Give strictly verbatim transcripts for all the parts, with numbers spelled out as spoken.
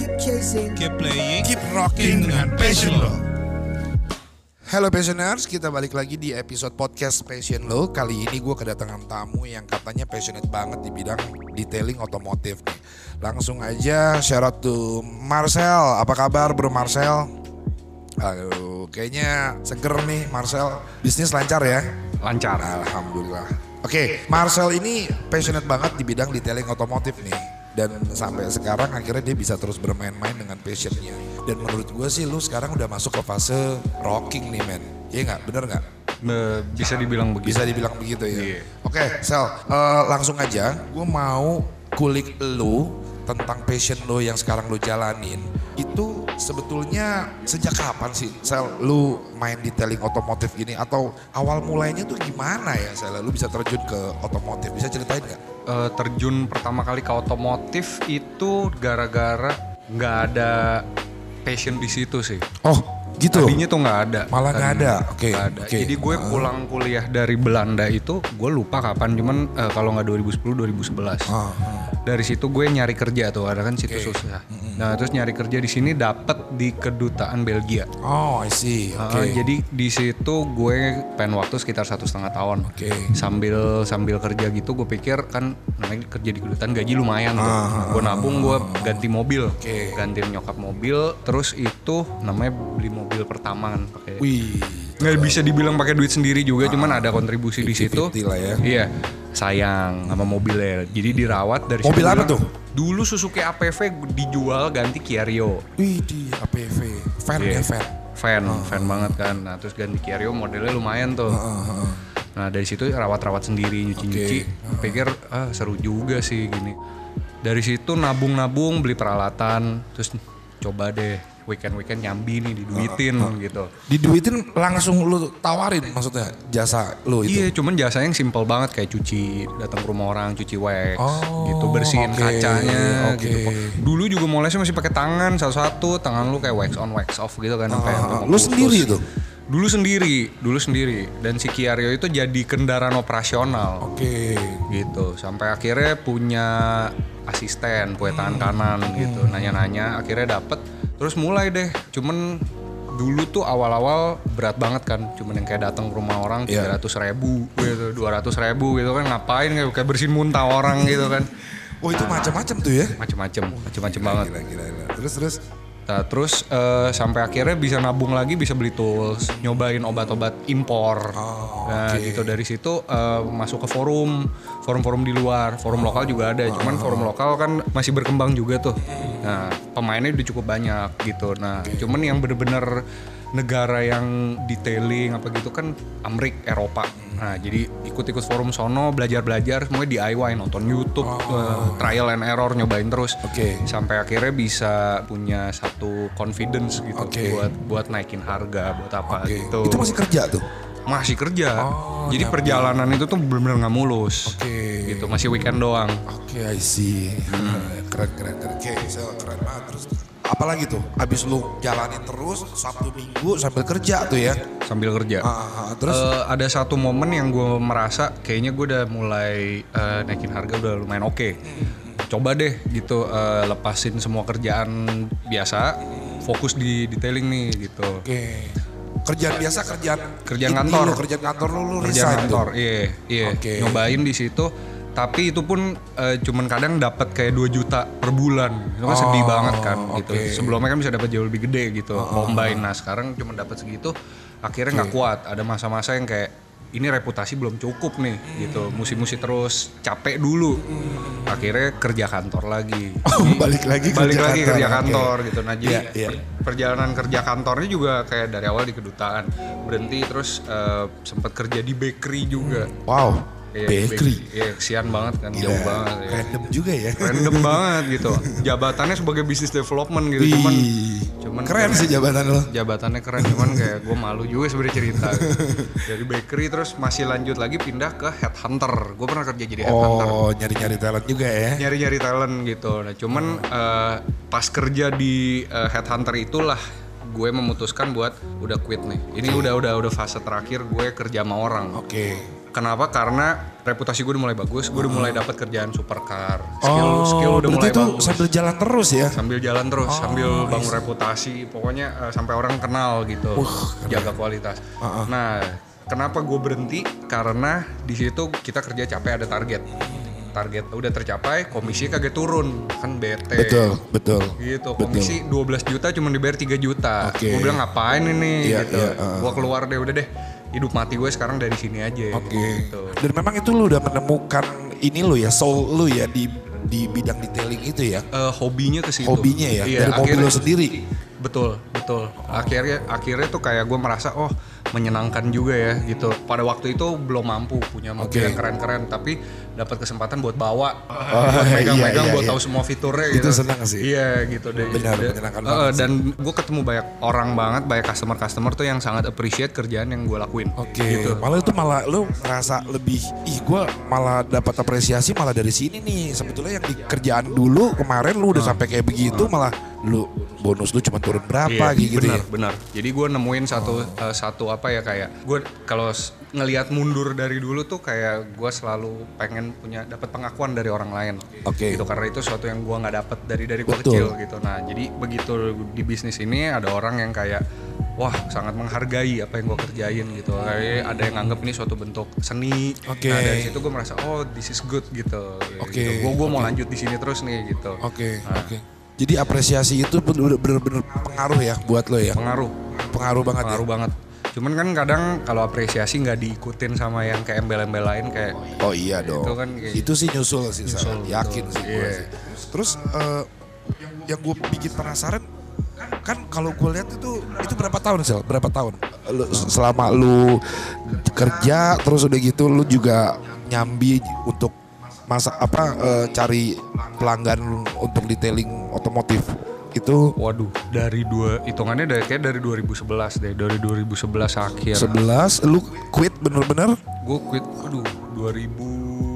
Keep chasing, keep playing, keep rocking dengan passion lo. Halo Passioners, kita balik lagi di episode podcast Passion Lo. Kali ini gue kedatangan tamu yang katanya passionate banget di bidang detailing otomotif nih. Langsung aja shout out to Marcel. Apa kabar bro Marcel? Aduh, kayaknya seger nih Marcel. Bisnis lancar ya? Lancar. Alhamdulillah. Oke, Marcel ini passionate banget di bidang detailing otomotif nih. Dan sampai sekarang akhirnya dia bisa terus bermain-main dengan passionnya. Dan menurut gue sih lu sekarang udah masuk ke fase rocking nih men. Iya gak? Bener gak? Be- bisa dibilang begitu. Bisa dibilang begitu ya. Iya. Oke, Sel, uh, langsung aja. Gue mau kulik lu tentang passion lu yang sekarang lu jalanin. Itu sebetulnya sejak kapan sih, Sel, lu main detailing otomotif gini? Atau awal mulainya tuh gimana ya, Sel? Lu bisa terjun ke otomotif? Bisa ceritain gak? Uh, terjun pertama kali ke otomotif itu gara-gara nggak ada passion di situ sih. Oh, gitu? Tadinya tuh nggak ada. Malah nggak ada? Oke. Nggak ada. Okay. Jadi gue pulang kuliah dari Belanda itu, gue lupa kapan, cuman uh, kalau nggak dua ribu sepuluh dua ribu sebelas. Ah, ah. Dari situ gue nyari kerja tuh, ada kan situs Okay. susah. Nah terus nyari kerja di sini dapet di kedutaan Belgia. Oh, I see. Oke. Uh, jadi di situ gue pengen waktu sekitar satu setengah tahun. Oke. Sambil sambil kerja gitu, gue pikir kan namanya kerja di kedutaan gaji lumayan tuh. Ah, Gue nabung, gue ganti mobil, Oke. gantiin nyokap mobil. Terus itu namanya beli mobil pertama kan pakai. Wih. Nggak bisa dibilang pakai duit sendiri juga, cuman ada kontribusi di situ. fifty-fifty lah ya. Iya, sayang sama mobilnya. Jadi dirawat dari Mobil situ apa bilang, tuh? Dulu Suzuki A P V dijual ganti Kia Rio. Wih, di A P V. Fan Iya. ya, fan. Fan, fan banget kan. Nah terus ganti Kia Rio modelnya lumayan tuh. Uh, uh. Nah dari situ rawat-rawat sendiri, nyuci-nyuci. Oke. Pikir ah seru juga sih gini. Dari situ nabung-nabung, beli peralatan, terus coba deh weekend-weekend nyambi nih diduitin gitu. Diduitin langsung lu tawarin maksudnya jasa lu itu? Iya, cuman jasanya yang simple banget kayak cuci, datang ke rumah orang, cuci wax, Oh, gitu, bersihin oke, kacanya, oke. gitu. Dulu juga molesnya masih pakai tangan satu-satu, tangan lu kayak wax on, wax off gitu kan, sampai Ah, sampai lu putus. sendiri tuh? Dulu sendiri, dulu sendiri. Dan si Kia Rio itu jadi kendaraan operasional. Oke. Gitu sampai akhirnya punya asisten kue tangan kanan gitu, nanya-nanya akhirnya dapet, terus mulai deh. Cuman dulu tuh awal-awal berat banget kan, cuman yang kayak datang ke rumah orang tiga ratus ribu gitu, dua ratus ribu gitu kan, ngapain kayak, kayak bersihin muntah orang gitu kan. Oh itu macam-macam tuh ya? Macem-macem, macem-macem banget. Gila, gila, gila. Terus terus. Nah, terus uh, sampai akhirnya bisa nabung lagi, bisa beli tools, nyobain obat-obat impor. Oh, nah okay. gitu dari situ uh, masuk ke forum, forum-forum di luar, forum lokal juga ada. Cuman forum lokal kan masih berkembang juga tuh. Nah pemainnya udah cukup banyak gitu. Nah okay. Cuman yang bener-bener negara yang detailing apa gitu kan Amerika, Eropa. Nah jadi ikut-ikut forum sono, belajar-belajar, semuanya D I Y, nonton YouTube, Oh. uh, trial and error, nyobain terus. Oke. Sampai akhirnya bisa punya satu confidence gitu Oke. buat buat naikin harga, buat apa Oke. gitu. Itu masih kerja tuh? Masih kerja. Oh, jadi nyampe. perjalanan itu tuh benar-benar nggak mulus. Oke. Gitu, masih weekend doang. Oke, I see. Keren, keren, keren. Oke, so, keren banget. Terus apalagi tuh? Abis lu jalanin terus Sabtu Minggu sambil kerja tuh ya? Sambil kerja. Ah, ah, ah. Terus? Eh, ada satu momen yang gue merasa kayaknya gue udah mulai eh, naikin harga udah lumayan oke. Coba deh gitu eh, lepasin semua kerjaan biasa, fokus di detailing nih gitu. Oke. Kerjaan biasa, kerjaan Kerjaan ini kantor. lu, kerjaan kantor lu, lu Kerjaan resign kantor, tuh. iya, iya. Oke. Nyobain di situ. Tapi itu pun eh, cuman kadang dapat kayak dua juta per bulan. Itu kan Oh, sedih banget kan gitu. oke. Sebelumnya kan bisa dapat jauh lebih gede gitu. Combine. Nah, sekarang cuma dapat segitu. Akhirnya nggak kuat. Ada masa-masa yang kayak ini reputasi belum cukup nih gitu. Musi-musi terus, capek dulu. Akhirnya kerja kantor lagi. Oh, balik lagi balik kerja lagi kantor, kerja oke. kantor gitu. Nah, jadi Iya, iya. per- perjalanan kerja kantornya juga kayak dari awal di kedutaan. Berhenti terus eh, sempat kerja di bakery juga. Wow, Iya, bakery. Iya, kesian banget kan, jauh Gila, banget ya. random juga ya. Random banget gitu. Jabatannya sebagai business development gitu, Wih, cuman cuman keren kayak- sih jabatan lo. Jabatannya keren, cuman kayak gue malu juga sebenarnya cerita. Dari bakery terus masih lanjut lagi pindah ke headhunter. Gue pernah kerja jadi headhunter. Oh, nyari-nyari talent juga ya. Nyari-nyari talent gitu. Nah, cuman eh, pas kerja di eh, headhunter itulah gue memutuskan buat udah quit nih. Ini udah udah udah fase terakhir gue kerja sama orang. Oke. Kenapa? Karena reputasi gue udah mulai bagus, gue udah mulai dapat kerjaan supercar. Skill Oh, skill udah mulai itu bagus. sambil jalan terus ya? Sambil jalan terus, Oh, sambil bangun nice. reputasi, pokoknya uh, sampai orang kenal gitu, Uh, jaga kualitas. Uh-uh. Nah, kenapa gue berhenti? Karena di situ kita kerja capek, ada target. Target udah tercapai, komisi kagak turun, kan bete. Betul, betul. Gitu, betul. komisi dua belas juta cuma dibayar tiga juta. Oke. Gue bilang ngapain ini Iya, gitu. iya, uh. Gue keluar deh, udah deh. Hidup mati gue sekarang dari sini aja. Oke. Gitu. Dan memang itu lu udah menemukan ini lu ya, soul lu ya di di bidang detailing itu ya. Eh, hobinya ke situ. Hobinya ya, Iya, dari mobil akhirnya- lu sendiri. Betul, betul. Akhirnya akhirnya tuh kayak gue merasa oh menyenangkan juga ya gitu. Pada waktu itu belum mampu punya mobil Oke. yang keren-keren, tapi dapat kesempatan buat bawa, Oh, buat iya, megang-megang, iya, buat iya. tahu semua fiturnya Itu gitu. senang sih. Iya gitu deh. Benar, Dan- menyenangkan eh, banget sih. Dan gue ketemu banyak orang banget, banyak customer-customer tuh yang sangat appreciate kerjaan yang gue lakuin. Oke, Gitu. malah itu malah lu ngerasa lebih, ih gue malah dapat apresiasi malah dari sini nih. Sebetulnya yang di kerjaan dulu kemarin lu udah sampai kayak begitu, malah lu bonus lu cuma turun berapa Iya, gitu benar, ya. benar. Jadi gue nemuin satu eh, satu apa ya kayak gue kalau s- ngelihat mundur dari dulu tuh kayak gue selalu pengen punya dapat pengakuan dari orang lain. Oke. Gitu karena itu sesuatu yang gue nggak dapat dari dari gue Betul. kecil gitu. Nah jadi begitu di bisnis ini ada orang yang kayak wah sangat menghargai apa yang gue kerjain gitu. Kayak ada yang nganggap ini suatu bentuk seni. Oke. Nah dari situ gue merasa oh this is good gitu. Oke, Gue gue mau oke. lanjut di sini terus nih gitu. Oke, Nah. oke. Jadi apresiasi itu bener-bener pengaruh ya buat lo ya. Pengaruh. Pengaruh banget Pengaruh ya. banget. Cuman kan kadang kalau apresiasi nggak diikutin sama yang kayak embel-embel lain kayak Oh iya dong. Itu kan kayak- Itu sih nyusul sih, Sal. Nyusul, Yakin betul. sih gue Iya. sih. Terus eh, yang gue bikin penasaran kan kalau gue lihat itu itu berapa tahun Sel? Berapa tahun? Lu, selama lu kerja terus udah gitu lu juga nyambi untuk masa apa eh, cari pelanggan untuk detailing otomotif itu waduh dari dua hitungannya dari kayak dari dua ribu sebelas deh dari dua ribu sebelas akhir sebelas lu quit bener-bener. gue quit aduh dua ribu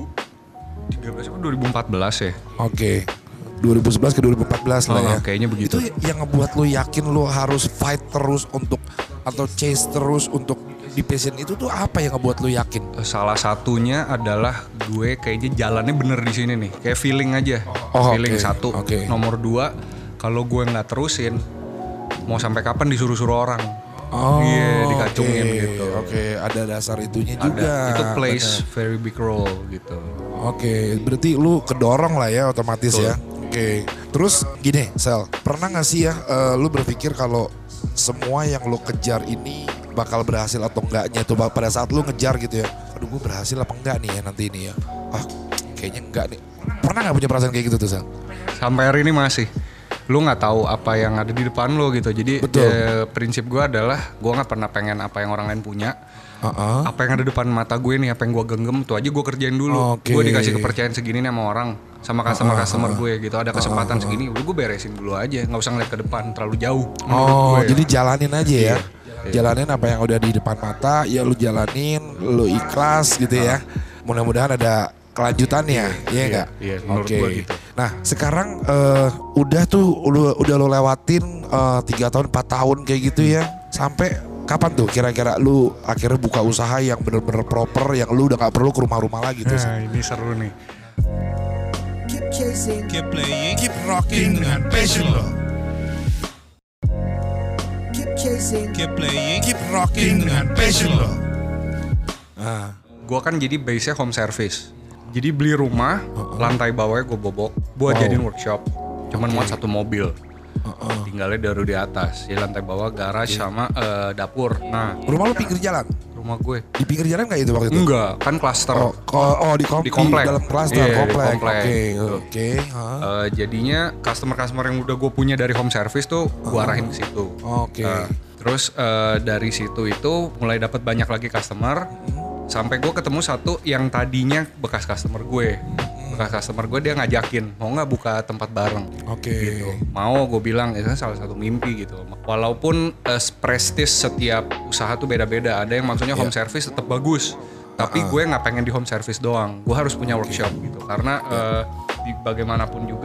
tiga belas apa dua ribu empat belas ya. Oke. dua ribu sebelas ke dua ribu empat belas lah Oh, ya. kayaknya begitu. Itu yang ngebuat lu yakin lu harus fight terus untuk atau chase terus untuk di passion itu tuh apa yang ngebuat lu yakin? Salah satunya adalah gue kayaknya jalannya bener di sini nih kayak feeling aja. Oh, Feeling oke, satu. oke. Nomor dua kalau gue nggak terusin mau sampai kapan disuruh-suruh orang. Oh, Iya dikacungin oke, gitu. Oke, ada dasar itunya Ada juga. itu plays bener. very big role gitu. Oke, berarti lu kedorong lah ya otomatis Betul. ya. Oke, terus gini, Sel, pernah gak sih ya eh, lu berpikir kalau semua yang lu kejar ini bakal berhasil atau enggaknya tuh pada saat lu ngejar gitu ya? Aduh, gue berhasil apa enggak nih ya nanti ini ya? Ah, kayaknya enggak nih. Pernah gak punya perasaan kayak gitu tuh, Sel? Sampai hari ini masih lu nggak tahu apa yang ada di depan lo gitu. Jadi Betul. eh, prinsip gue adalah gue nggak pernah pengen apa yang orang lain punya. Uh-uh. Apa yang ada depan mata gue nih, apa yang gue genggam tuh aja gue kerjain dulu. Oke. Gue dikasih kepercayaan segini nih sama orang, sama customer customer gue gitu. Ada kesempatan segini, udah gue beresin dulu aja, nggak usah ngeliat ke depan terlalu jauh. Oh, Menurut gue. jadi jalanin aja ya. Iya. Jalanin apa yang udah di depan mata, ya lu jalanin, lu ikhlas gitu ya. Mudah-mudahan ada kelanjutannya, iya enggak? iya, menurut Oke. gua gitu. Nah, sekarang eh, udah tuh udah udah lo lewatin eh, tiga tahun, empat tahun kayak gitu ya. Sampai kapan tuh kira-kira lu akhirnya buka usaha yang bener-bener proper, yang lu udah gak perlu ke rumah-rumah lagi tuh. Nah, ini seru nih. Keep chasing, Keep playing, keep rocking dengan passion lo. keep chasing, Keep playing, keep rocking dengan passion lo. Nah, Gue kan jadi base-nya home service. Jadi beli rumah, lantai bawahnya gue bobok, buat Wow. jadiin workshop. Cuman Oke. muat satu mobil. Tinggalnya dari di atas. Jadi lantai bawah garage sama eh, dapur. Nah, rumah lu pinggir jalan? rumah gue. Di pinggir jalan gak itu waktu itu? Enggak, kan klaster. Oh, ko- oh di, kom- Di komplek. dalam klaster Iya, di komplek. komplek. Oke, Gitu. oke. hah. Eh, jadinya customer-customer yang udah gue punya dari home service tuh gue arahin ke situ. Oke. Nah, terus eh, dari situ itu mulai dapat banyak lagi customer. Sampai gue ketemu satu yang tadinya bekas customer gue. Bekas customer gue dia ngajakin, mau nggak buka tempat bareng? Oke. Gitu. Mau, gue bilang itu salah satu mimpi gitu. Walaupun eh, prestis setiap usaha tuh beda-beda. Ada yang maksudnya home service tetap bagus. Tapi gue nggak pengen di home service doang. Gue harus punya workshop gitu. Karena eh, di bagaimanapun juga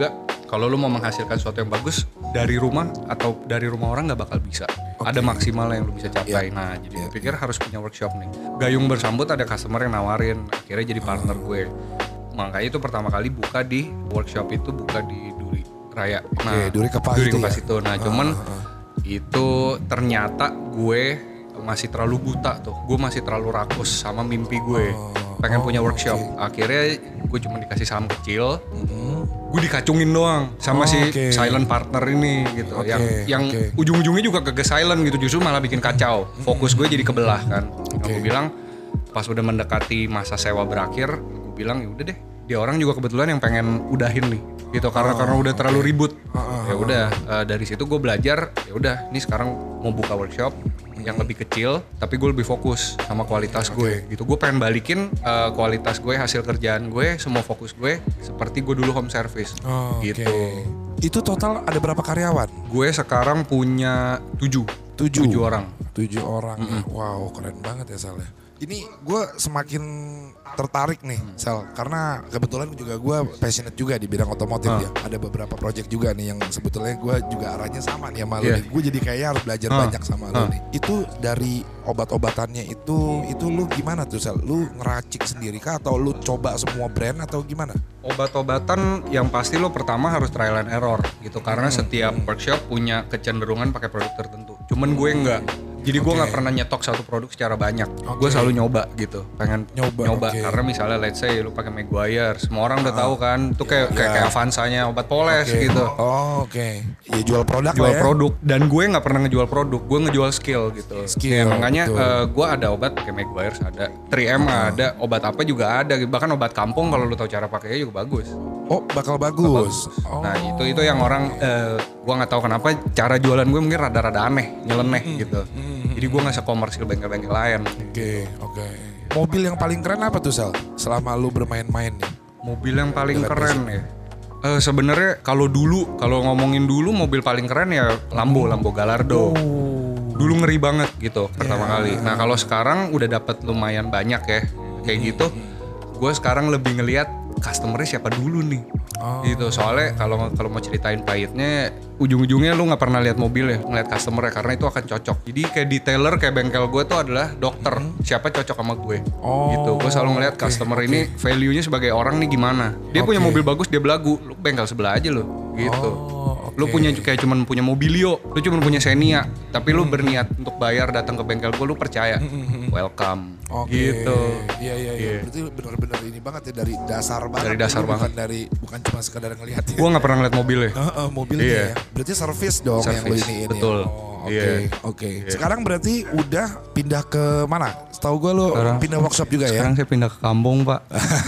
kalau lu mau menghasilkan sesuatu yang bagus dari rumah atau dari rumah orang nggak bakal bisa. Okay. Ada maksimal yang lu bisa capai. Yeah. Nah, jadi yeah. gue pikir harus punya workshop nih. Gayung bersambut ada customer yang nawarin, akhirnya jadi partner gue. Makanya itu pertama kali buka di workshop itu buka di Duri Raya. Nah, okay, Duri Kepas Duri itu. Kepas Ya? itu. Nah, uh, cuman uh, uh. itu ternyata gue masih terlalu buta tuh. Gue masih terlalu rakus sama mimpi gue. Oh. Pengen oh, punya workshop, okay. Akhirnya gue cuma dikasih saham kecil, mm-hmm. gue dikacungin doang sama oh, si okay. silent partner ini gitu, okay, yang yang okay. ujung-ujungnya juga kagak silent gitu, justru malah bikin kacau. Fokus gue jadi kebelah kan. Okay. Gue bilang pas udah mendekati masa sewa berakhir, gue bilang ya udah deh, dia orang juga kebetulan yang pengen udahin nih, gitu karena oh, karena udah okay. terlalu ribut. Oh, oh, ya udah uh, dari situ gue belajar, ya udah, nih sekarang mau buka workshop yang lebih kecil, tapi gue lebih fokus sama kualitas gue, okay. gitu. Gue pengen balikin uh, kualitas gue, hasil kerjaan gue, semua fokus gue seperti gue dulu home service, oh, gitu. Okay. Itu total ada berapa karyawan? Gue sekarang punya tujuh, tujuh, tujuh orang. Tujuh orang, mm-hmm. Wow, keren banget ya Sal. Ini gue semakin tertarik nih, hmm. Sal, karena kebetulan juga gue passionate juga di bidang otomotif uh. ya. Ada beberapa project juga nih yang sebetulnya gue juga arahnya sama nih sama yeah. lu nih. Gue jadi kayaknya harus belajar uh. banyak sama uh. lu nih. Itu dari obat-obatannya itu, itu lu gimana tuh Sal? Lu ngeracik sendiri kah atau lu coba semua brand atau gimana? Obat-obatan yang pasti lo pertama harus trial and error gitu, karena hmm. setiap hmm. workshop punya kecenderungan pakai produk tertentu. Cuman gue enggak. Jadi gue nggak okay. pernah nyetok satu produk secara banyak. Okay. Gue selalu nyoba gitu, pengen nyoba. nyoba. Okay. Karena misalnya let's say lu pakai Meguiar, semua orang udah uh, tahu kan, itu kayak yeah. kayak, kayak Avanza-nya obat poles okay. gitu. Oh oke. Okay. Ya jual produk jual lah ya. produk. Dan gue nggak pernah ngejual produk, gue ngejual skill gitu. Skill. Ya, makanya uh, gue ada obat kayak Meguiar ada, tiga M uh. ada, obat apa juga ada. Bahkan obat kampung kalau lu tahu cara pakainya juga bagus. Oh bakal bagus. Oh. Nah itu itu yang orang, uh, gue nggak tahu kenapa cara jualan gue mungkin rada-rada aneh, nyeleneh hmm. gitu. Hmm. Jadi gue nggak sekomersil bengkel-bengkel lain. Oke, okay, oke. Okay. Mobil yang paling keren apa tuh Sal? Selama lu bermain-main nih. Mobil yang paling Dengan keren ya. Uh, Sebenarnya kalau dulu, kalau ngomongin dulu mobil paling keren ya Lambo, Lambo Gallardo. Oh. Dulu ngeri banget gitu pertama yeah. kali. Nah kalau sekarang udah dapat lumayan banyak ya kayak gitu. Gue sekarang lebih ngelihat customer-nya siapa dulu nih. Oh. Gitu soalnya kalau kalau mau ceritain pahitnya, ujung-ujungnya lu nggak pernah lihat mobil ya, ngeliat customer-nya karena itu akan cocok. Jadi kayak detailer kayak bengkel gue tuh adalah dokter, hmm. siapa cocok sama gue. Oh. Gitu. Gue selalu ngeliat okay. customer okay. ini value-nya sebagai orang nih gimana. Dia okay. punya mobil bagus, dia belagu, lu bengkel sebelah aja lu. Gitu. Oh, okay. Lu punya kayak cuman punya Mobilio, lu cuman punya Xenia, tapi lu hmm. berniat untuk bayar datang ke bengkel gue, lu percaya. Welcome. Okay. Gitu. Iya iya iya. Berarti benar-benar ini banget ya, dari dasar banget. Dari dasar banget. Bukan dari bukan cuma sekedar ngelihat. Ya. Gue nggak pernah ngeliat mobilnya. Uh, uh, mobilnya iya. ya. Berarti service dong service, yang lu ini ini. Betul. Oh, oke. Okay. Oke. Okay. Yeah. Sekarang berarti udah pindah ke mana? Setahu gue lu sekarang, pindah workshop juga sekarang ya. Sekarang saya pindah ke kampung, Pak.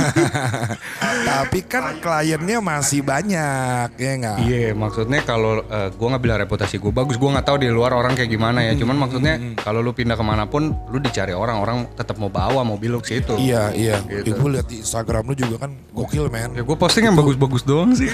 Tapi kan kliennya masih banyak, ya nggak? Iya, yeah, maksudnya kalau uh, gue nggak bilang reputasi gue bagus, gue nggak tahu di luar orang kayak gimana ya. Hmm, Cuman maksudnya hmm, kalau lu pindah kemanapun, lu dicari orang, orang tetap mau bawa mobil lu ke situ. Iya iya. Gitu. Ya, gue lihat di Instagram lu juga kan gokil men. Ya gue posting yang bagus-bagus doang sih.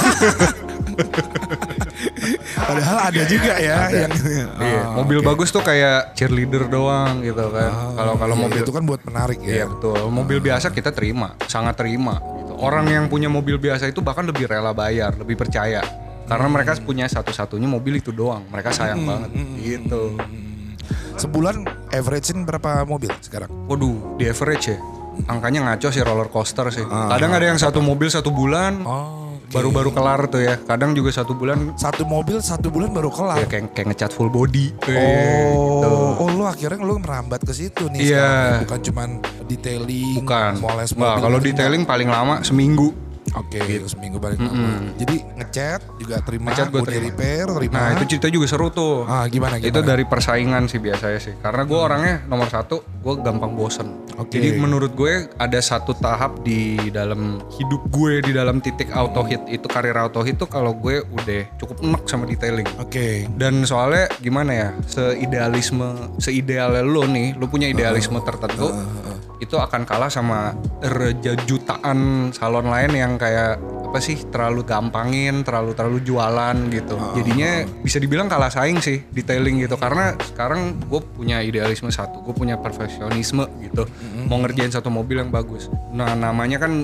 Padahal ada juga ya ada. Yang iya, oh, mobil okay. bagus tuh kayak cheerleader doang gitu kan. Kalau oh, kalau iya, mobil itu kan buat menarik ya. Iya betul. Mobil oh. biasa kita terima, sangat terima gitu. Orang yang punya mobil biasa itu bahkan lebih rela bayar, lebih percaya. Karena hmm. mereka punya satu-satunya mobil itu doang. Mereka sayang hmm. banget hmm. gitu. Sebulan average-in berapa mobil sekarang? Waduh, di average ya. Angkanya ngaco sih, roller coaster sih. Ah, Kadang ada yang satu mobil satu bulan. Oh. Okay. Baru-baru kelar tuh ya. Kadang juga satu bulan. Satu mobil satu bulan baru kelar. Ya kayak, kayak ngecat full body. Oh, gitu. Oh lu akhirnya lu merambat ke situ nih. Iya. Yeah. Bukan cuman detailing. Bukan. Moles mobil. Nah, kalau detailing paling lama seminggu. Oke, okay, gitu. Seminggu paling lama. Mm-hmm. Jadi ngecat juga terima, ngecat gue terima. Repair, terima. Nah itu cerita juga seru tuh. Ah gimana, gimana? Itu dari persaingan sih biasanya sih. Karena gue hmm. orangnya nomor satu, gue gampang bosen. Okay. Jadi menurut gue ada satu tahap di dalam hidup gue, di dalam titik auto hit itu, karir auto hit tuh kalau gue udah cukup enak sama detailing. Oke. Okay. Dan soalnya gimana ya, seidealisme, seidealnya lo nih, lo punya idealisme uh, tertentu. Uh, uh, uh. Itu akan kalah sama jutaan salon lain yang kayak apa sih, terlalu gampangin, terlalu terlalu jualan gitu. Oh, jadinya oh. bisa dibilang kalah saing sih detailing gitu. Karena sekarang gue punya idealisme satu, gue punya perfeksionisme gitu. Mm-hmm. Mau ngerjain satu mobil yang bagus. Nah namanya kan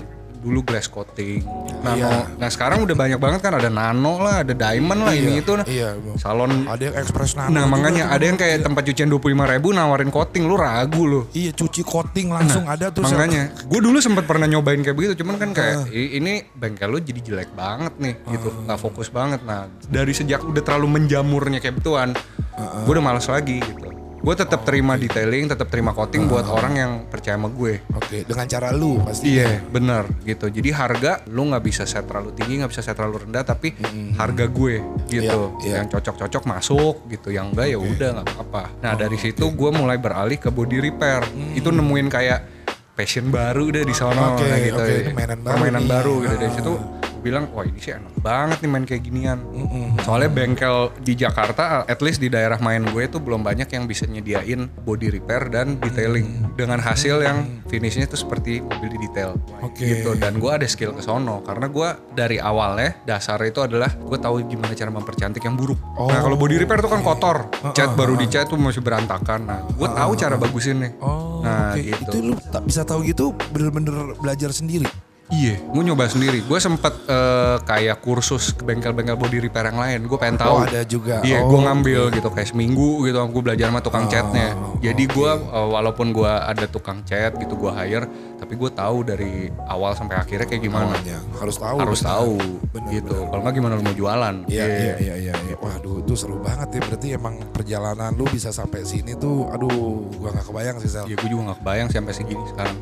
dulu glass coating, nano. Iya. Nah sekarang udah banyak banget kan, ada nano lah, ada diamond lah, Iya, ini itu. Nah. Iya. Salon. Ada yang Express Nano. Nah makanya juga, ada yang kayak iya. tempat cucian dua puluh lima ribu nawarin coating, lu ragu lu. Iya, cuci coating langsung Nah, ada tuh. makanya gue dulu sempat pernah nyobain kayak begitu, cuman kan kayak uh. ini bengkel lu jadi jelek banget nih gitu, nggak fokus banget. Nah dari sejak udah terlalu menjamurnya kayak begituan, uh-uh. gue udah malas lagi gitu. Gue tetap oh, terima okay. detailing, tetap terima coating uh. buat orang yang percaya sama gue. Oke, okay. dengan cara lu pasti. Iya, bener gitu. Jadi harga lu nggak bisa set terlalu tinggi, nggak bisa set terlalu rendah, tapi mm-hmm. harga gue gitu. Yeah, yeah. Yang cocok-cocok masuk gitu, yang enggak ya udah nggak okay. apa-apa. Nah oh, dari situ okay. gue mulai beralih ke body repair. Mm. Itu nemuin kayak passion baru deh di sono, okay, nah, gitu. Okay. Permainan baru, permainan baru gitu. Ah. Dari situ bilang wah ini sih enak banget nih main kayak ginian. Mm-hmm. Soalnya bengkel di Jakarta, at least di daerah main gue tuh belum banyak yang bisa nyediain body repair dan detailing mm-hmm. dengan hasil yang finishnya tuh seperti mobil di detail. Okay. Gitu. Dan gue ada skill ke sono karena gue dari awalnya dasar itu adalah gue tahu gimana cara mempercantik yang buruk. Oh. Nah kalau body repair tuh kan kotor, cat uh, uh, baru uh, dicat tuh masih berantakan. Nah gue uh, tahu uh, cara bagusin nih. Oh, nah okay. gitu. Itu lu tak bisa tahu gitu bener-bener belajar sendiri. Iya, gue nyoba sendiri. Gue sempet uh, kayak kursus ke bengkel-bengkel body repair yang lain. Gue pengen tahu. Oh ada juga. Iya, oh, gue ngambil okay. gitu kayak seminggu gitu. Gue belajar sama tukang oh, catnya. Jadi okay. gue uh, walaupun gue ada tukang cat gitu gue hire, tapi gue tahu dari awal sampai akhirnya kayak gimana. Awalnya. Harus tahu. Harus bener. tahu. Bener, gitu. Kalau nggak gimana lu mau jualan? Iya iya iya iya. Ya. Waduh, itu seru banget ya. Berarti emang perjalanan lu bisa sampai sini tuh, aduh, gue nggak kebayang sih Sel. Iya, gue juga nggak kebayang sampai segini sekarang.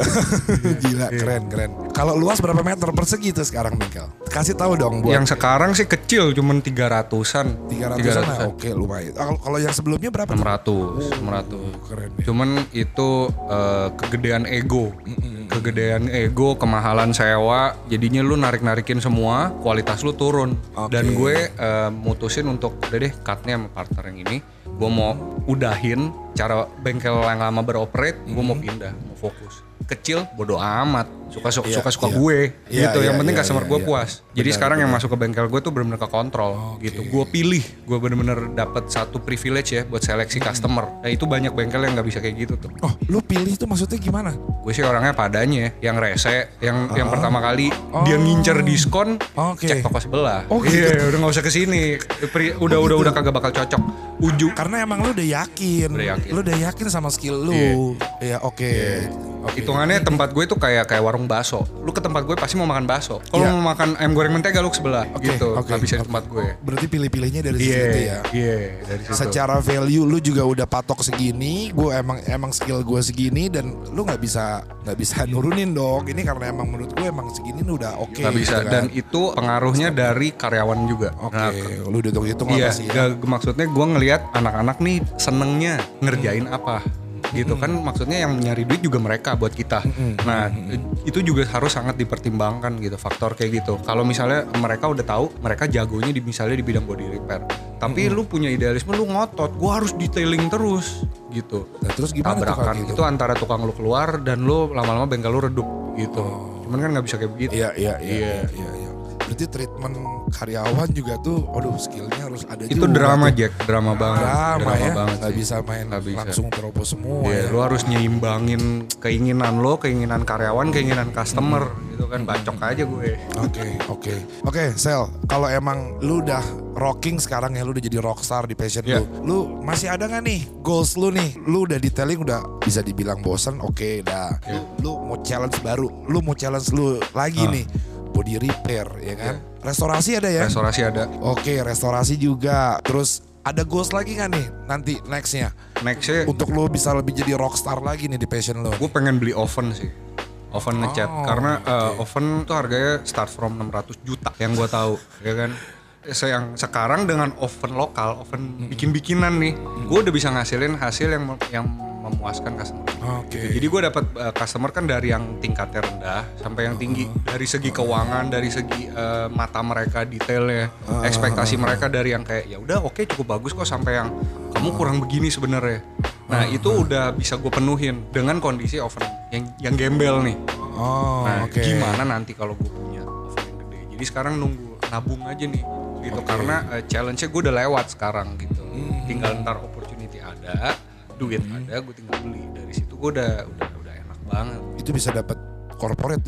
Gila, keren keren. Kalau luas berapa meter persegi tuh sekarang bengkel? Kasih tahu dong buat. Yang sekarang sih kecil, cuman tiga ratusan. tiga ratusan nah, oke lumayan. Kalau yang sebelumnya berapa? enam ratus. Oh, enam ratus. Keren ya. Cuman itu uh, kegedean ego. Mm-mm. Kegedean ego, kemahalan sewa, jadinya lu narik-narikin semua, kualitas lu turun. Okay. Dan gue uh, mutusin untuk udah deh cutnya sama partner yang ini. Gue mau udahin cara bengkel yang lama beroperate, gue mau pindah, mau fokus. Kecil bodo amat, suka suka yeah, suka, suka yeah. gue yeah, gitu. Yeah, yang penting yeah, customer yeah, gue yeah. puas. Jadi benar, sekarang benar. yang masuk ke bengkel gue tuh benar-benar ke kontrol okay. gitu. Gue pilih, gue benar-benar dapat satu privilege ya buat seleksi hmm. customer. Nah itu banyak bengkel yang nggak bisa kayak gitu tuh. Oh, lu pilih tuh maksudnya gimana? Gue sih orangnya padanya, yang rese, yang uh-huh. yang pertama kali oh. dia ngincer diskon, okay. cek toko sebelah. Oh gitu. Iya, udah nggak usah kesini. Udah oh, udah gitu. udah kagak bakal cocok. Ujung. Karena emang lu udah yakin, udah yakin. lu udah yakin sama skill lu. Iya, yeah. oke. Okay. Yeah. Okay. Hitungannya tempat gue tuh kayak kayak warung bakso. Lu ke tempat gue pasti mau makan bakso. Kalau yeah. mau makan ayam goreng mentega lu ke sebelah okay. gitu. Okay. Gak bisa di tempat gue. Berarti pilih-pilihnya dari yeah. situ ya. Iya, yeah. dari situ. Secara value lu juga udah patok segini, gue emang emang skill gue segini dan lu nggak bisa nggak bisa nurunin dong. Ini karena emang menurut gue emang segini udah oke. Okay, gak bisa gitu kan. Dan itu pengaruhnya dari karyawan juga. Oke, okay. nah, lu udah hitung iya, apa sih ya? Gak, maksudnya gue ngelihat anak-anak nih senengnya ngerjain hmm. apa. Gitu kan maksudnya yang nyari duit juga mereka buat kita. Mm-hmm. Nah itu juga harus sangat dipertimbangkan gitu faktor kayak gitu. Kalau misalnya mereka udah tahu mereka jagonya di misalnya di bidang body repair, tapi mm-hmm. lu punya idealisme, lu ngotot, gua harus detailing terus gitu. Nah, terus gimana tabrakan tuh, gitu? Itu antara tukang lu keluar dan lu lama-lama bengkel lu redup gitu. Oh. Cuman kan nggak bisa kayak begitu. Iya iya iya iya. iya. Berarti treatment karyawan juga tuh, aduh skillnya harus ada itu juga. Itu drama tuh. Jack, drama banget. Drama, drama ya, banget gak sih. bisa main gak bisa. langsung terobos semua. Yeah, ya. Lu harus nyeimbangin keinginan lo, keinginan karyawan, keinginan customer hmm. gitu kan, bacok aja gue. Oke oke oke Sel, kalau emang lu udah rocking sekarang ya, lu udah jadi rockstar di passion yeah. lu, lu masih ada nggak nih goals lu nih? Lu udah detailing udah bisa dibilang bosan, oke okay, dah. Yeah. Lu, lu mau challenge baru, lu mau challenge lu lagi uh. nih. Body repair ya kan, yeah. restorasi ada ya? Restorasi ada. Oke, restorasi juga. Terus ada goals lagi nggak nih nanti nextnya? Nextnya untuk lo bisa lebih jadi rockstar lagi nih di passion lo. Gue pengen beli oven sih, oven ngecat. Oh, karena okay. uh, oven tuh harganya start from enam ratus juta yang gue tahu, ya kan. Yang sekarang dengan oven lokal, oven mm-hmm. bikin-bikinan nih, mm-hmm. gue udah bisa ngasilin hasil yang yang memuaskan customer. Okay. Jadi gue dapat uh, customer kan dari yang tingkatnya rendah sampai yang tinggi, uh-huh. dari segi keuangan, dari segi uh, mata mereka, detailnya, uh-huh. ekspektasi mereka dari yang kayak ya udah oke okay, cukup bagus kok sampai yang kamu kurang begini sebenarnya. Nah uh-huh. itu udah bisa gue penuhin dengan kondisi oven yang yang gembel nih. Oh, nah okay. gimana nanti kalau gue punya oven yang gede? Jadi sekarang nunggu nabung aja nih, gitu okay. karena uh, challenge-nya gue udah lewat sekarang gitu. Hmm. Tinggal ntar opportunity ada. Duit hmm. ada, gue tinggal beli. Dari situ gue udah udah udah enak banget. Itu bisa dapat corporate tuh ya.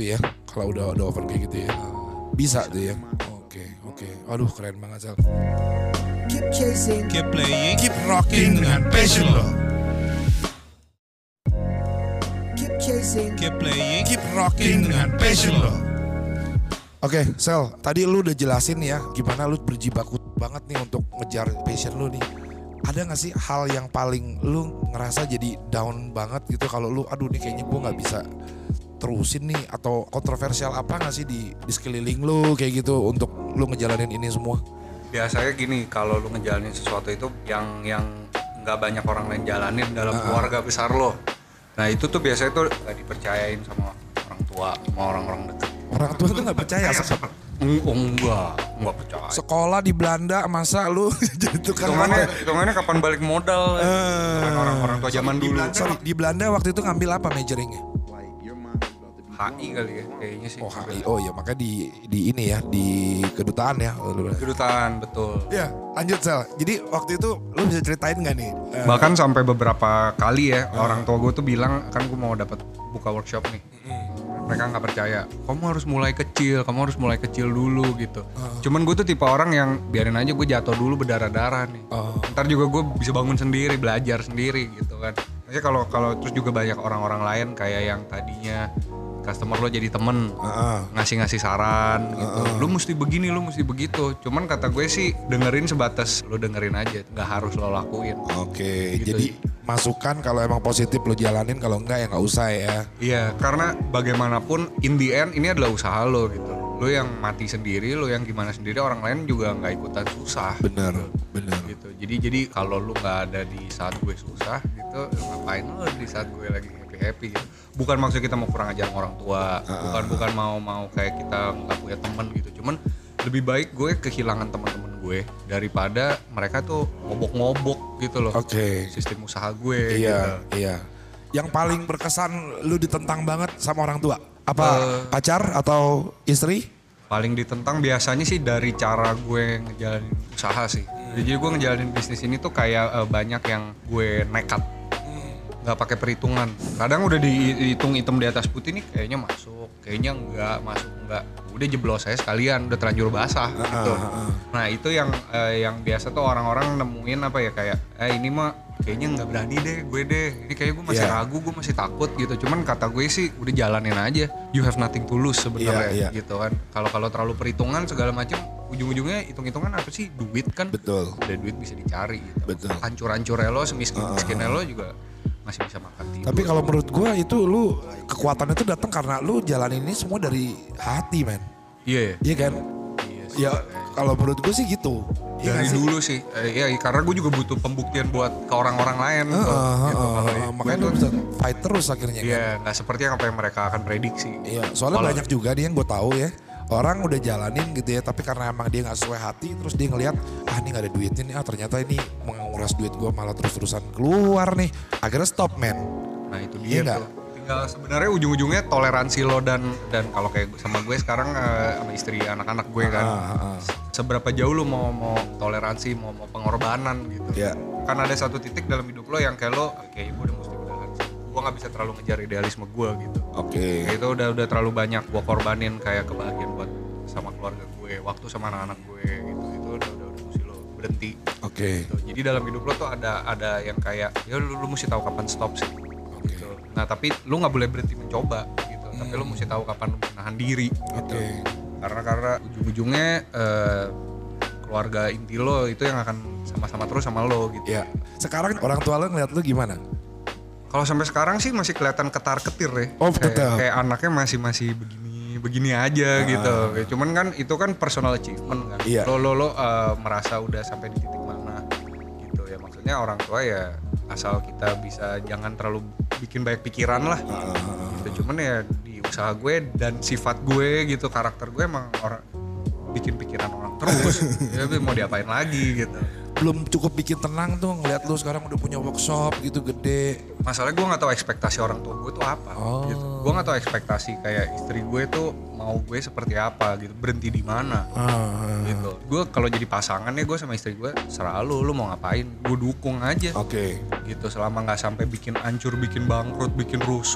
Kalau udah udah over kayak gitu ya. Bisa tuh ya. Oke, oke. Aduh, keren banget Sel. Keep chasing, Keep playing, keep rocking dengan passion lo. keep chasing, Keep playing, keep rocking dengan passion lo. Oke, Sel, tadi lu udah jelasin ya gimana lu berjibaku banget nih untuk ngejar passion lu nih. Ada gak sih hal yang paling lu ngerasa jadi down banget gitu kalau lu aduh nih kayaknya gue gak bisa terusin nih, atau kontroversial apa gak sih di, di sekeliling lu kayak gitu untuk lu ngejalanin ini semua? Biasanya gini, kalau lu ngejalanin sesuatu itu yang yang nggak banyak orang lain jalanin dalam uh. keluarga besar lo. Nah itu tuh biasanya tuh nggak dipercayain sama orang tua, sama orang-orang dekat. Orang tua tuh nggak percaya. Sek- oh, enggak, enggak percaya. Sekolah di Belanda masa lu jadi tukang hitungannya, hitungannya kapan balik modal? Uh, kan orang-orang tua zaman dulu. Sorry, di Belanda waktu itu ngambil apa majoringnya? H I kali ya, kayaknya sih. Oh H I, oh ya makanya di di ini ya, di kedutaan ya. Kedutaan, betul. Ya lanjut Sel, jadi waktu itu lu bisa ceritain gak nih? Uh, Bahkan sampai beberapa kali ya, uh, orang tua gue tuh bilang, kan gue mau dapat buka workshop nih. Uh, Mereka gak percaya, kamu harus mulai kecil, kamu harus mulai kecil dulu gitu. Uh, Cuman gue tuh tipe orang yang biarin aja gue jatuh dulu berdarah-darah nih. Uh, Ntar juga gue bisa bangun sendiri, belajar sendiri gitu kan. Maksudnya kalau kalau terus juga banyak orang-orang lain kayak yang tadinya customer lo jadi temen, uh-uh. ngasih-ngasih saran gitu. Uh-uh. Lu mesti begini, lu mesti begitu. Cuman kata gue sih dengerin sebatas lu dengerin aja, nggak harus lo lakuin. Oke, okay, gitu. Jadi masukan kalau emang positif lo jalanin, kalau enggak ya nggak usah ya. Iya, karena bagaimanapun in the end ini adalah usaha lo gitu. Lo yang mati sendiri, lo yang gimana sendiri, orang lain juga nggak ikutan susah. Bener, gitu. bener. Gitu. Jadi jadi kalau lo nggak ada di saat gue susah gitu, ngapain lo di saat gue lagi happy gitu. Bukan maksud kita mau kurang ajar orang tua, uh, bukan bukan mau mau kayak kita nggak punya teman gitu. Cuman lebih baik gue kehilangan teman-teman gue daripada mereka tuh ngobok-ngobok gitu loh. Oke. Okay. Sistem usaha gue. Iya, gitu. Iya. Yang paling berkesan lu ditentang banget sama orang tua? Apa uh, pacar atau istri? Paling ditentang biasanya sih dari cara gue ngejalanin usaha sih. Hmm. Jadi gue ngejalanin bisnis ini tuh kayak uh, banyak yang gue nekat. Nggak pakai perhitungan. Kadang udah dihitung hitam di atas putih nih kayaknya masuk, kayaknya enggak masuk enggak. Udah jeblos saya sekalian, udah terlanjur basah uh, gitu. Uh, uh. Nah itu yang eh, yang biasa tuh orang-orang nemuin apa ya kayak, eh ini mah kayaknya nggak berani deh gue deh. Ini kayak gue masih yeah. ragu, gue masih takut gitu. Cuman kata gue sih udah jalanin aja. You have nothing to lose sebenarnya yeah, yeah. gitu kan. Kalau kalau terlalu perhitungan segala macam, ujung-ujungnya hitung-hitungan apa sih? Duit kan. Betul. Udah duit bisa dicari gitu. Betul. Hancur-hancurnya lo, semiskin-miskinnya uh, uh. lo juga masih bisa makan tidur. Tapi kalau menurut gue itu lu kekuatannya itu datang karena lu jalanin ini semua dari hati, men. Iya. Yeah. Iya kan? Iya sih. Ya kalau menurut gue sih gitu. Dari ya, dulu sih. Iya, eh, karena gue juga butuh pembuktian buat ke orang-orang lain. Uh, gitu. Uh, gitu. Uh, uh, makanya lu bisa fight terus akhirnya. Iya, kan? Nggak seperti yang apa yang mereka akan prediksi. Iya, soalnya Kalo, banyak juga nih yang gue tahu ya. Orang udah jalanin gitu ya, tapi karena emang dia gak sesuai hati, terus dia ngelihat ah ini gak ada duitnya nih, ah ternyata ini menguras duit gue malah terus-terusan keluar nih. Akhirnya stop, man. Nah itu dia iya tuh. Tinggal sebenarnya ujung-ujungnya toleransi lo dan dan kalau kayak sama gue sekarang uh, sama istri anak-anak gue kan. Uh, uh, uh. Seberapa jauh lo mau mau toleransi, mau mau pengorbanan gitu. Yeah. Kan ada satu titik dalam hidup lo yang kayak lo kayak gue udah mesti udahan. Gue gak bisa terlalu ngejar idealisme gue gitu. Oke. Okay. Itu udah udah terlalu banyak gue korbanin kayak kebahagiaan buat sama keluarga gue, waktu sama anak-anak gue gitu. Itu udah udah, udah mesti lo berhenti. Oke. Okay. Gitu. Jadi dalam hidup lo tuh ada ada yang kayak ya lu, lu mesti tahu kapan stop sih. Okay. Gitu. Nah tapi lu nggak boleh berhenti mencoba gitu. Hmm. Tapi lu mesti tahu kapan lu menahan diri. Gitu. Okay. Karena karena ujung-ujungnya uh, keluarga inti lo itu yang akan sama-sama terus sama lo gitu. Ya. Sekarang orang tua lo ngeliat lu gimana? Kalau sampai sekarang sih masih kelihatan ketar-ketir ya. Oh, kayak, kayak anaknya masih masih begini begini aja ah. gitu. Cuman kan itu kan personal achievement kan. Iya. Lo lo lo uh, merasa udah sampai di titik mana gitu ya. Maksudnya orang tua ya asal kita bisa jangan terlalu bikin banyak pikiran lah. Ah. Gitu. Cuman ya di usaha gue dan sifat gue gitu, karakter gue emang orang bikin pikiran orang terus. Ya mau diapain lagi gitu. Belum cukup bikin tenang tuh ngeliat lu sekarang udah punya workshop gitu gede. Masalahnya gue gak tahu ekspektasi orang tua gue tuh apa oh. gitu. Gue gak tahu ekspektasi kayak istri gue tuh mau gue seperti apa gitu, berhenti di mana ah. gitu. Gue kalau jadi pasangan ya gue sama istri gue serah lu, lu mau ngapain, gue dukung aja. Oke. Okay. Gitu selama gak sampai bikin hancur, bikin bangkrut, bikin rusuh,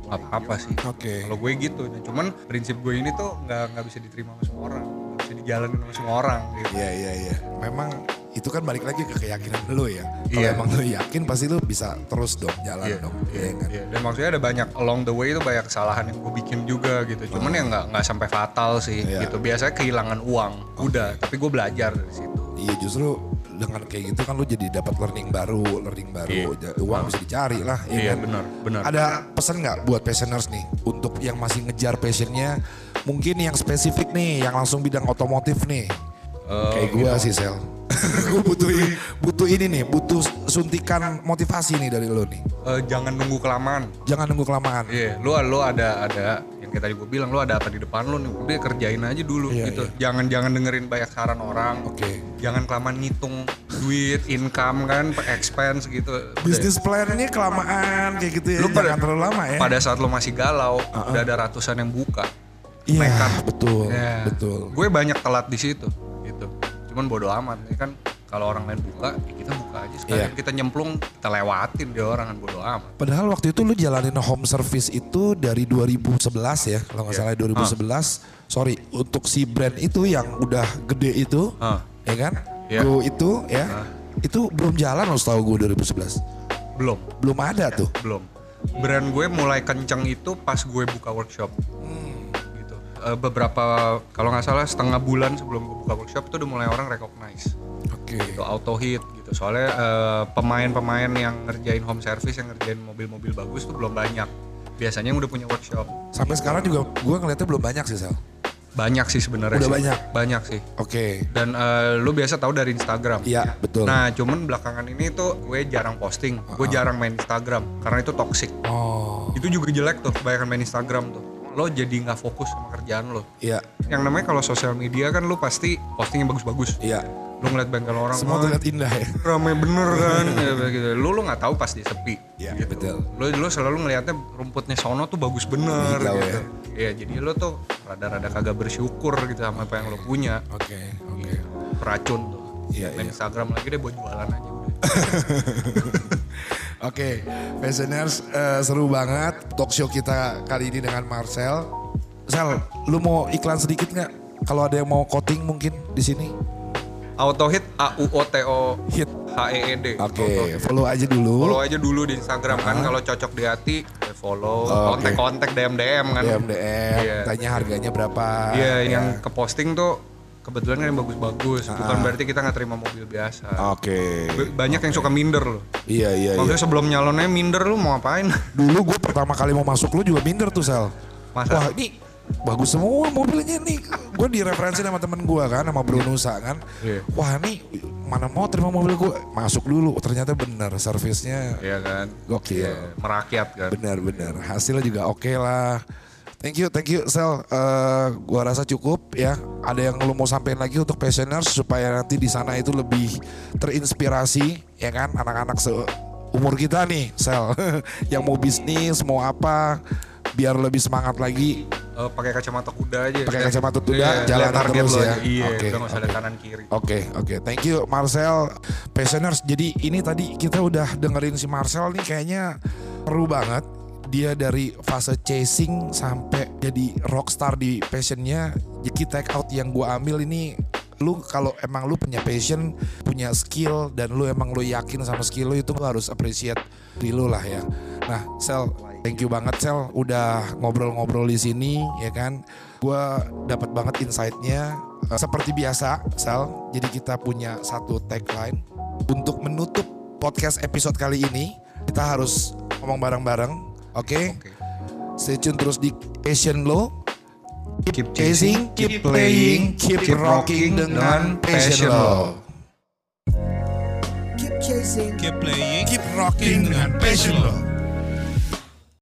nggak apa-apa sih. Oke. Kalau gue gitu, cuman prinsip gue ini tuh nggak nggak bisa diterima sama semua orang, nggak bisa dijalanin sama semua orang. Gitu. Iya iya iya. Memang itu kan balik lagi ke keyakinan lo ya. Kalau Iya. emang lo yakin pasti lo bisa terus dong jalan Iya, dong. iya, Iya kan? iya. Dan maksudnya ada banyak along the way itu banyak kesalahan yang gue bikin juga gitu. Cuman ya nggak nggak sampai fatal sih Iya. gitu. Biasanya kehilangan uang, udah. Tapi gue belajar dari situ. Iya justru dengan kayak gitu kan lo jadi dapat learning baru, learning baru. Iya. Ja- Uang bisa dicari lah. Ya Iya kan? benar, benar. Ada pesan nggak buat passioners nih untuk yang masih ngejar passionnya? Mungkin yang spesifik nih, yang langsung bidang otomotif nih. Eh, Kayak gue sih Sel. Gue butuh butuh ini nih, butuh suntikan motivasi nih dari lo nih. eh, jangan nunggu kelamaan. Jangan nunggu kelamaan. Iya, lu lu ada ada yang kayak tadi gue bilang, lu ada apa di depan lu nih, udah kerjain aja dulu Iya, gitu. iya. Jangan jangan dengerin banyak saran orang. Oke. Jangan kelamaan ngitung duit, income kan, expense gitu. Udah. Bisnis plan-nya kelamaan kayak gitu ya. Lu pada- Jangan terlalu lama ya. Pada saat lu masih galau, udah ada ratusan yang buka. Iya, nekat. betul, Ya. betul. Gue banyak telat di situ gitu. Cuman bodo amat ya kan, kalau orang lain buka, ya kita buka aja sekalian. Iya. Kita nyemplung, kita lewatin dia orang kan, bodo amat. Padahal waktu itu lu jalanin home service itu dari dua ribu sebelas ya, kalau nggak Iya. salah dua ribu sebelas. Sorry, untuk si brand itu yang udah gede itu, Ah. ya kan? Iya. Go itu ya, itu belum jalan loh setahu gue dua ribu sebelas. Belum, Belum ada tuh. belum. Brand gue mulai kenceng itu pas gue buka workshop. Gitu. Eh, beberapa, kalau nggak salah setengah bulan sebelum gue buka workshop itu udah mulai orang recognize. Oke. Itu auto hit gitu. Soalnya eh, pemain-pemain yang ngerjain home service, yang ngerjain mobil-mobil bagus tuh belum banyak. Biasanya yang udah punya workshop. Sampai sekarang juga gue ngeliatnya belum banyak sih Sal. Banyak sih sebenarnya. Udah sih. banyak? Banyak sih. Oke. Dan eh, lu biasa tahu dari Instagram. Iya betul. Nah, cuman belakangan ini tuh gue jarang posting, gue jarang main Instagram karena itu toxic. Oh. Itu juga jelek tuh, kebanyakan main Instagram tuh. Lo jadi nggak fokus sama kerjaan lo. Iya. Yang namanya kalau sosial media kan lo pasti posting yang bagus-bagus. Iya. Lo ngeliat bengkel orang, Semua "Wah, terlihat indah ya. ramai bener kan, ya, gitu. Lo lo nggak tahu pas dia sepi. Iya, gitu. betul. Lo lo selalu ngelihatnya rumputnya sono tuh bagus bener. Hijau gitu. ya. Iya, jadi lo tuh rada-rada kagak bersyukur gitu sama apa yang lo punya. Oke. Oke. Peracun tuh. Iya, Main iya. Instagram lagi deh buat jualan aja udah. Oke, Passioners, eh, seru banget talk show kita kali ini dengan Marcel. Sel, lu mau iklan sedikit nggak? Kalau ada yang mau coating mungkin di sini. Auto hit A U O T O Hit. H E E D. Oke, follow aja dulu. Follow aja dulu di Instagram kan, kalau cocok di hati ya follow, Oke. kontak-kontak D M D M kan. D M D M, Iya. tanya harganya berapa. Iya, ya. yang ke posting tuh kebetulan kan yang bagus-bagus, bukan berarti kita nggak terima mobil biasa. Oke. B- Banyak yang suka minder loh. Iya, iya, iya. Maksudnya sebelum nyalonnya minder, lu mau ngapain? Dulu gue pertama kali mau masuk lu juga minder tuh Sel. Masa? Wah ini bagus semua mobilnya nih. Gue direferensi sama temen gue kan, sama Bro Nusa kan. Iya. Wah nih mana mau terima mobil gue. Masuk dulu, ternyata bener servisnya Iya kan? gokil. Iya, merakyat kan. Bener-bener, hasilnya juga oke lah. Thank you, thank you Sel. Eh, gua rasa cukup ya. Ada yang lu mau sampein lagi untuk passioners supaya nanti di sana itu lebih terinspirasi ya kan, anak-anak seumur kita nih Sel. Yang mau bisnis, mau apa, biar lebih semangat lagi. Eh, pakai kacamata kuda aja. Pakai Dan- kacamata kuda, iya, jalanan lihat target terus lo ya. aja. Iya, Oke, udah nggak usah lihat oke. kanan kiri. Oke, oke. Thank you Marcel. Passioners, jadi ini tadi kita udah dengerin si Marcel nih kayaknya seru banget. Dia dari fase chasing sampai jadi rockstar di passionnya. Jadi take out yang gua ambil ini, lu kalau emang lu punya passion, punya skill, dan lu emang lu yakin sama skill lu, itu lu harus appreciate diri lu lah ya. Nah Sel, thank you banget Sel udah ngobrol-ngobrol di sini ya kan. Gua dapat banget insight-nya. Uh, seperti biasa Sel, jadi kita punya satu tagline untuk menutup podcast episode kali ini. Kita harus ngomong bareng-bareng. Oke, Oke. stay tune terus di Passion Lo. Keep Chasing, keep playing, keep rocking dengan Passion Lo. Keep chasing. Keep playing, keep rocking dengan passion lo.